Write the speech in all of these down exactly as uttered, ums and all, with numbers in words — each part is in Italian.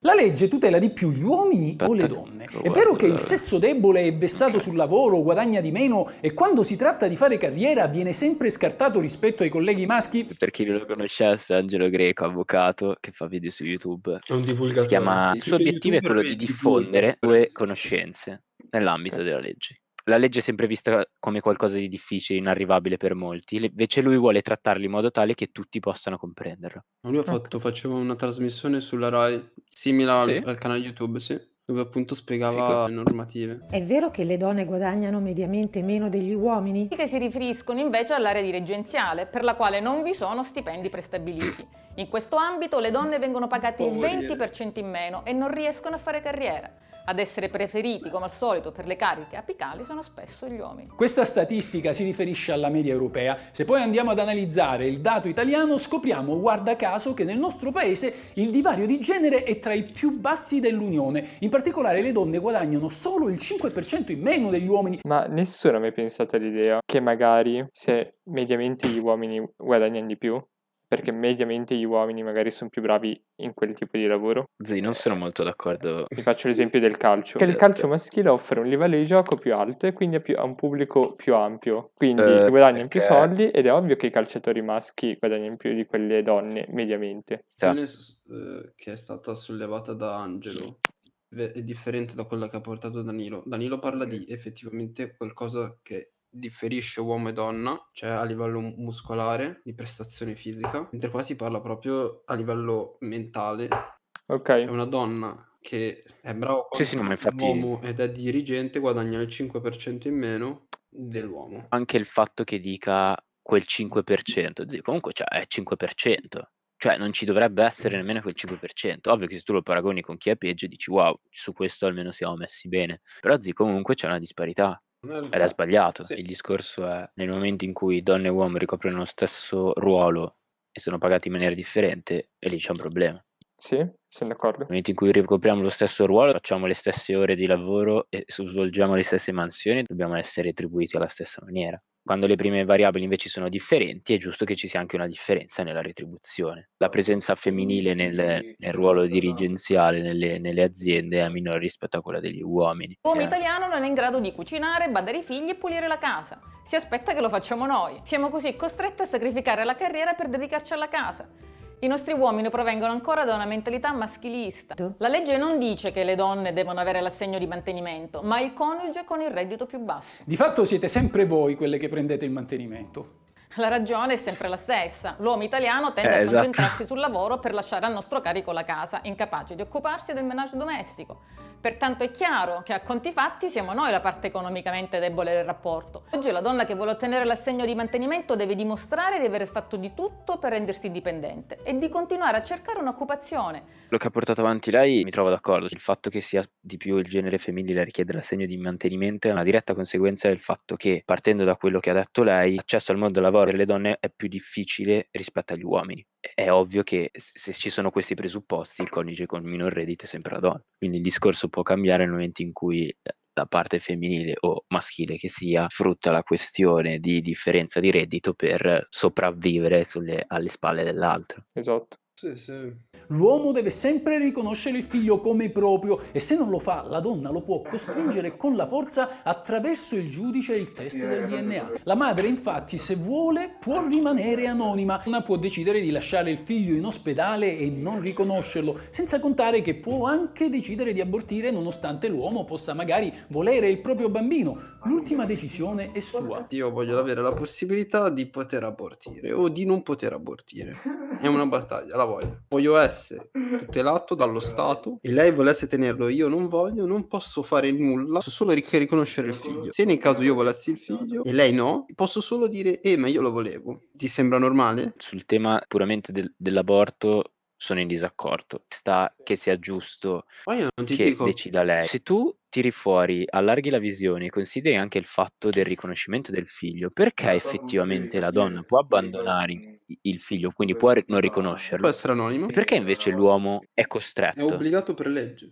La legge tutela di più gli uomini o le Aspetta, donne? lo È vero guardo che il da- sesso debole è vessato Ok. sul lavoro, guadagna di meno e quando si tratta di fare carriera viene sempre scartato rispetto ai colleghi maschi? Per chi non lo conoscesse, Angelo Greco, avvocato, che fa video su YouTube, È un si divulgatore. chiama... Il Più suo che obiettivo è youtuber quello di è divulga. diffondere due conoscenze nell'ambito della legge. La legge è sempre vista come qualcosa di difficile, inarrivabile per molti, le- invece lui vuole trattarli in modo tale che tutti possano comprenderlo. Lui ha fatto, faceva una trasmissione sulla Rai, simile al, Sì? al canale YouTube, sì, dove appunto Figo. spiegava le normative. È vero che le donne guadagnano mediamente meno degli uomini? Che si riferiscono invece all'area dirigenziale, per la quale non vi sono stipendi prestabiliti. In questo ambito le donne vengono pagate il venti per cento in meno e non riescono a fare carriera. Ad essere preferiti, come al solito, per le cariche apicali sono spesso gli uomini. Questa statistica si riferisce alla media europea. Se poi andiamo ad analizzare il dato italiano, scopriamo, guarda caso, che nel nostro paese il divario di genere è tra i più bassi dell'Unione. In particolare le donne guadagnano solo il cinque per cento in meno degli uomini. Ma nessuno ha mai pensato all'idea che magari se mediamente gli uomini guadagnano di più, perché mediamente gli uomini magari sono più bravi in quel tipo di lavoro. Zì, non sono molto d'accordo. Vi faccio l'esempio del calcio. Che il calcio maschile offre un livello di gioco più alto e quindi ha, più- ha un pubblico più ampio. Quindi Eh, guadagnano più perché- soldi ed è ovvio che i calciatori maschi guadagnano più di quelle donne mediamente. La questione eh, che è stata sollevata da Angelo ve- è differente da quella che ha portato Danilo. Danilo parla di effettivamente qualcosa che differisce uomo e donna, cioè a livello mu- muscolare, di prestazione fisica, mentre qua si parla proprio a livello mentale. Ok. È una donna che è brava Sì, sì, no, ma quanto infatti- l'uomo ed è dirigente, guadagna il cinque per cento in meno dell'uomo. Anche il fatto che dica quel cinque per cento, zì, comunque cioè, è cinque per cento. Cioè non ci dovrebbe essere nemmeno quel cinque per cento. Ovvio che se tu lo paragoni con chi è peggio dici wow, su questo almeno siamo messi bene. Però zì, comunque c'è una disparità. Ed è sbagliato. Sì. Il discorso è nel momento in cui donna e uomo ricoprono lo stesso ruolo e sono pagati in maniera differente, e lì c'è un problema. Sì, sono d'accordo. Nel momento in cui ricopriamo lo stesso ruolo, facciamo le stesse ore di lavoro e svolgiamo le stesse mansioni, dobbiamo essere retribuiti alla stessa maniera. Quando le prime variabili invece sono differenti, è giusto che ci sia anche una differenza nella retribuzione. La presenza femminile nel, nel ruolo dirigenziale nelle, nelle aziende è minore rispetto a quella degli uomini. L'uomo Sì. italiano non è in grado di cucinare, badare ai figli e pulire la casa. Si aspetta che lo facciamo noi. Siamo così costretti a sacrificare la carriera per dedicarci alla casa. I nostri uomini provengono ancora da una mentalità maschilista. La legge non dice che le donne devono avere l'assegno di mantenimento, ma il coniuge con il reddito più basso. Di fatto siete sempre voi quelle che prendete il mantenimento. La ragione è sempre la stessa. L'uomo italiano tende Eh, a esatto. concentrarsi sul lavoro per lasciare al nostro carico la casa, incapace di occuparsi del menage domestico. Pertanto è chiaro che a conti fatti siamo noi la parte economicamente debole del rapporto. Oggi la donna che vuole ottenere l'assegno di mantenimento deve dimostrare di aver fatto di tutto per rendersi dipendente e di continuare a cercare un'occupazione. Quello che ha portato avanti lei mi trovo d'accordo. Il fatto che sia di più il genere femminile a richiedere l'assegno di mantenimento è una diretta conseguenza del fatto che, partendo da quello che ha detto lei, l'accesso al mondo del lavoro per le donne è più difficile rispetto agli uomini. È ovvio che se ci sono questi presupposti, il coniuge con minor reddito è sempre la donna. Quindi il discorso può cambiare nel momento in cui la parte femminile o maschile che sia sfrutta la questione di differenza di reddito per sopravvivere sulle, alle spalle dell'altro. Esatto. Sì, sì. L'uomo deve sempre riconoscere il figlio come proprio e se non lo fa la donna lo può costringere con la forza attraverso il giudice e il test del D N A. La madre infatti se vuole può rimanere anonima, ma può decidere di lasciare il figlio in ospedale e non riconoscerlo, senza contare che può anche decidere di abortire nonostante l'uomo possa magari volere il proprio bambino. L'ultima decisione è sua. Io voglio avere la possibilità di poter abortire o di non poter abortire. È una battaglia, la voglio. Voglio essere tutelato dallo Stato e lei volesse tenerlo, io non voglio, non posso fare nulla, posso solo ric- riconoscere il figlio. Se nel caso io volessi il figlio e lei no, posso solo dire, eh, ma io lo volevo. Ti sembra normale? Sul tema puramente del- dell'aborto sono in disaccordo. Sta che sia giusto Poi io non ti che dico, decida lei. Se tu tiri fuori, allarghi la visione e consideri anche il fatto del riconoscimento del figlio, perché effettivamente la donna può abbandonare i- il figlio, quindi può ri- non può riconoscerlo, essere anonimo, e perché invece l'uomo è è costretto? obbligato per legge.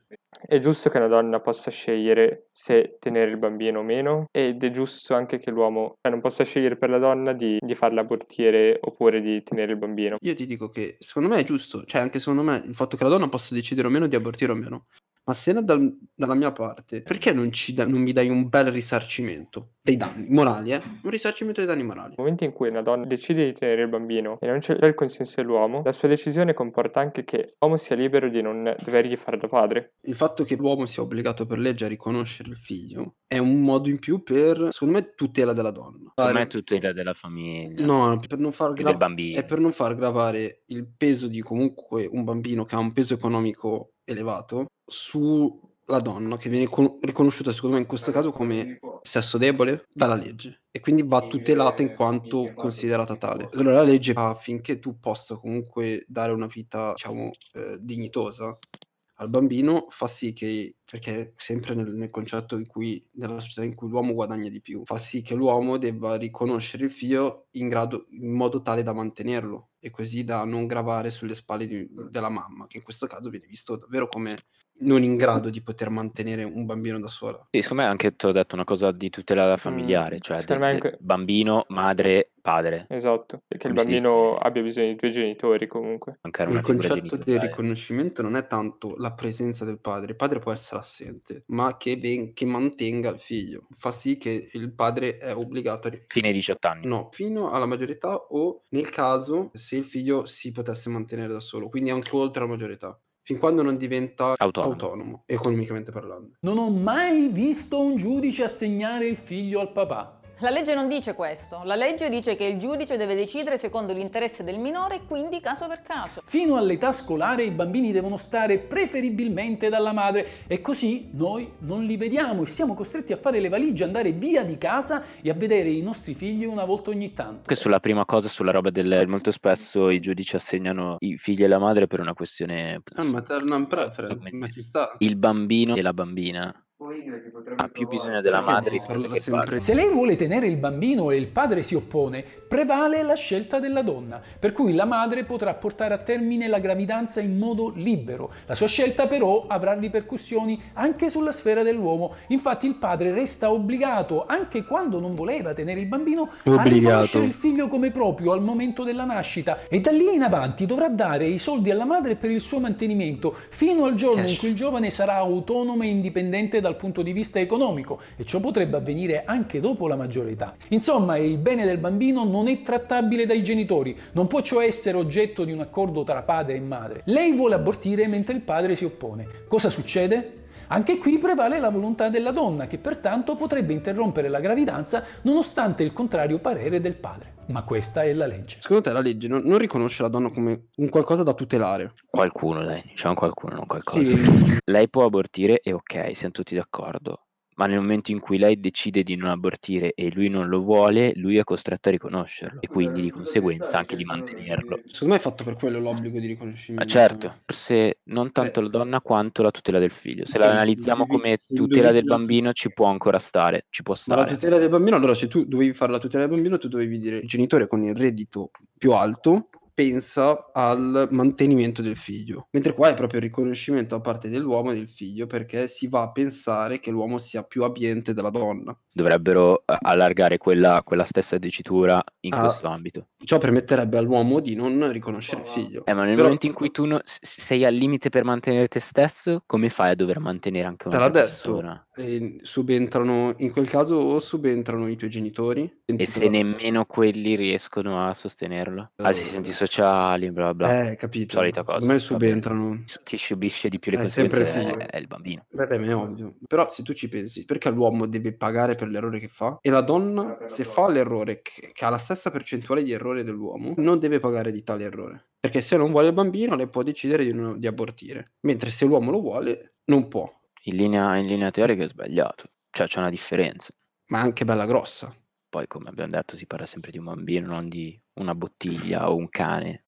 è giusto che una donna possa scegliere se tenere il bambino o meno, ed è giusto anche che l'uomo cioè, non possa scegliere per la donna di, di farla abortire oppure di tenere il bambino. Io ti dico che secondo me è giusto, cioè anche secondo me il fatto che la donna possa decidere o meno di abortire o meno, ma se è dal- dalla mia parte, perché non, ci da- non mi dai un bel risarcimento dei danni morali, eh? Un risarcimento dei danni morali. Nel momento in cui una donna decide di tenere il bambino e non c'è il consenso dell'uomo, la sua decisione comporta anche che l'uomo sia libero di non dovergli fare da padre. Il fatto che l'uomo sia obbligato per legge a riconoscere il figlio è un modo in più per, secondo me, tutela della donna. Secondo me è tutela della famiglia No, per non far e gra- del bambino. è per non far gravare il peso di comunque un bambino che ha un peso economico elevato sulla donna, che viene con- riconosciuta secondo me in questo caso come sesso debole dalla legge e quindi va tutelata in quanto considerata tale. Allora la legge affinché tu possa comunque dare una vita, diciamo, eh, dignitosa al bambino fa sì che, perché sempre nel, nel concetto in cui, nella società in cui l'uomo guadagna di più, fa sì che l'uomo debba riconoscere il figlio in grado, in modo tale da mantenerlo e così da non gravare sulle spalle di- della mamma, che in questo caso viene visto davvero come non in grado di poter mantenere un bambino da sola. Sì, secondo me anche te l'ho detto una cosa di tutela familiare, Mm, cioè secondo del, me del anche- bambino, madre, padre. Esatto, perché il Come si dice? bambino abbia bisogno di due genitori comunque. Mancare Il una figura concetto del genitoriale. riconoscimento non è tanto la presenza del padre, il padre può essere assente, ma che, ven- che mantenga il figlio. Fa sì che il padre è obbligato a... ri- Fine ai diciotto anni. No, fino alla maggiore età o nel caso se il figlio si potesse mantenere da solo, quindi anche oltre la maggiore età, fin quando non diventa Autonomo. autonomo, economicamente parlando. Non ho mai visto un giudice assegnare il figlio al papà. La legge non dice questo, la legge dice che il giudice deve decidere secondo l'interesse del minore e quindi caso per caso. Fino all'età scolare i bambini devono stare preferibilmente dalla madre e così noi non li vediamo e siamo costretti a fare le valigie, andare via di casa e a vedere i nostri figli una volta ogni tanto. Che sulla prima cosa, sulla roba del molto spesso i giudici assegnano i figli alla madre per una questione Ah, maternal preference, ma ci sta. il bambino e la bambina ha più bisogno della Perché madre devi rispetto parlare che il padre. sempre- Se lei vuole tenere il bambino e il padre si oppone, prevale la scelta della donna, per cui la madre potrà portare a termine la gravidanza in modo libero. La sua scelta però avrà ripercussioni anche sulla sfera dell'uomo. Infatti il padre resta obbligato, anche quando non voleva tenere il bambino, a Obbligato. riconoscere il figlio come proprio al momento della nascita e da lì in avanti dovrà dare i soldi alla madre per il suo mantenimento, fino al giorno Cash. in cui il giovane sarà autonomo e indipendente dal punto di vista economico, e ciò potrebbe avvenire anche dopo la maggiore età. Insomma, il bene del bambino non è trattabile dai genitori, non può cioè essere oggetto di un accordo tra padre e madre. Lei vuole abortire mentre il padre si oppone. Cosa succede? Anche qui prevale la volontà della donna, che pertanto potrebbe interrompere la gravidanza nonostante il contrario parere del padre. Ma questa è la legge. Secondo te la legge non, non riconosce la donna come un qualcosa da tutelare? Qualcuno, dai, diciamo qualcuno, non qualcosa. Sì, Lei può abortire e ok, siamo tutti d'accordo. Ma nel momento in cui lei decide di non abortire e lui non lo vuole, lui è costretto a riconoscerlo e quindi di conseguenza anche di mantenerlo. secondo me è fatto per quello l'obbligo di Ma riconoscimento. certo, forse non tanto Eh. la donna quanto la tutela del figlio. Se la Eh, analizziamo devi- come se tutela del dovevi- bambino ci può ancora stare, ci può Ma la stare. tutela del bambino, allora se tu dovevi fare la tutela del bambino, tu dovevi dire il genitore con il reddito più alto pensa al mantenimento del figlio, mentre qua è proprio il riconoscimento da parte dell'uomo e del figlio, perché si va a pensare che l'uomo sia più abbiente della donna. Dovrebbero eh, allargare quella, quella stessa dicitura in Ah. questo ambito. Ciò permetterebbe all'uomo di non riconoscere il figlio. Eh, ma nel Però- momento in cui tu no- s- sei al limite per mantenere te stesso, come fai a dover mantenere anche Te l'ha un'altra detto, persona? eh, subentrano in quel caso o subentrano i tuoi genitori E se nemmeno quelli riescono a sostenerlo? Eh, Assistenti sociali, bla bla bla. Eh, capito. Solita cosa. Secondo me va bene. subentrano. Chi subisce di più le È sempre conseguenze il è, figlio. è il bambino. Vabbè, ma è ovvio. Però se tu ci pensi, perché l'uomo deve pagare per l'errore che fa? E la donna, se fa l'errore che, che ha la stessa percentuale di errore dell'uomo, non deve pagare di tale errore. Perché se non vuole il bambino, lei può decidere di, non- di abortire. Mentre se l'uomo lo vuole, non può. In linea, in linea teorica è sbagliato. Cioè c'è una differenza. Ma è anche bella grossa. Poi, come abbiamo detto, si parla sempre di un bambino, non di una bottiglia o un cane.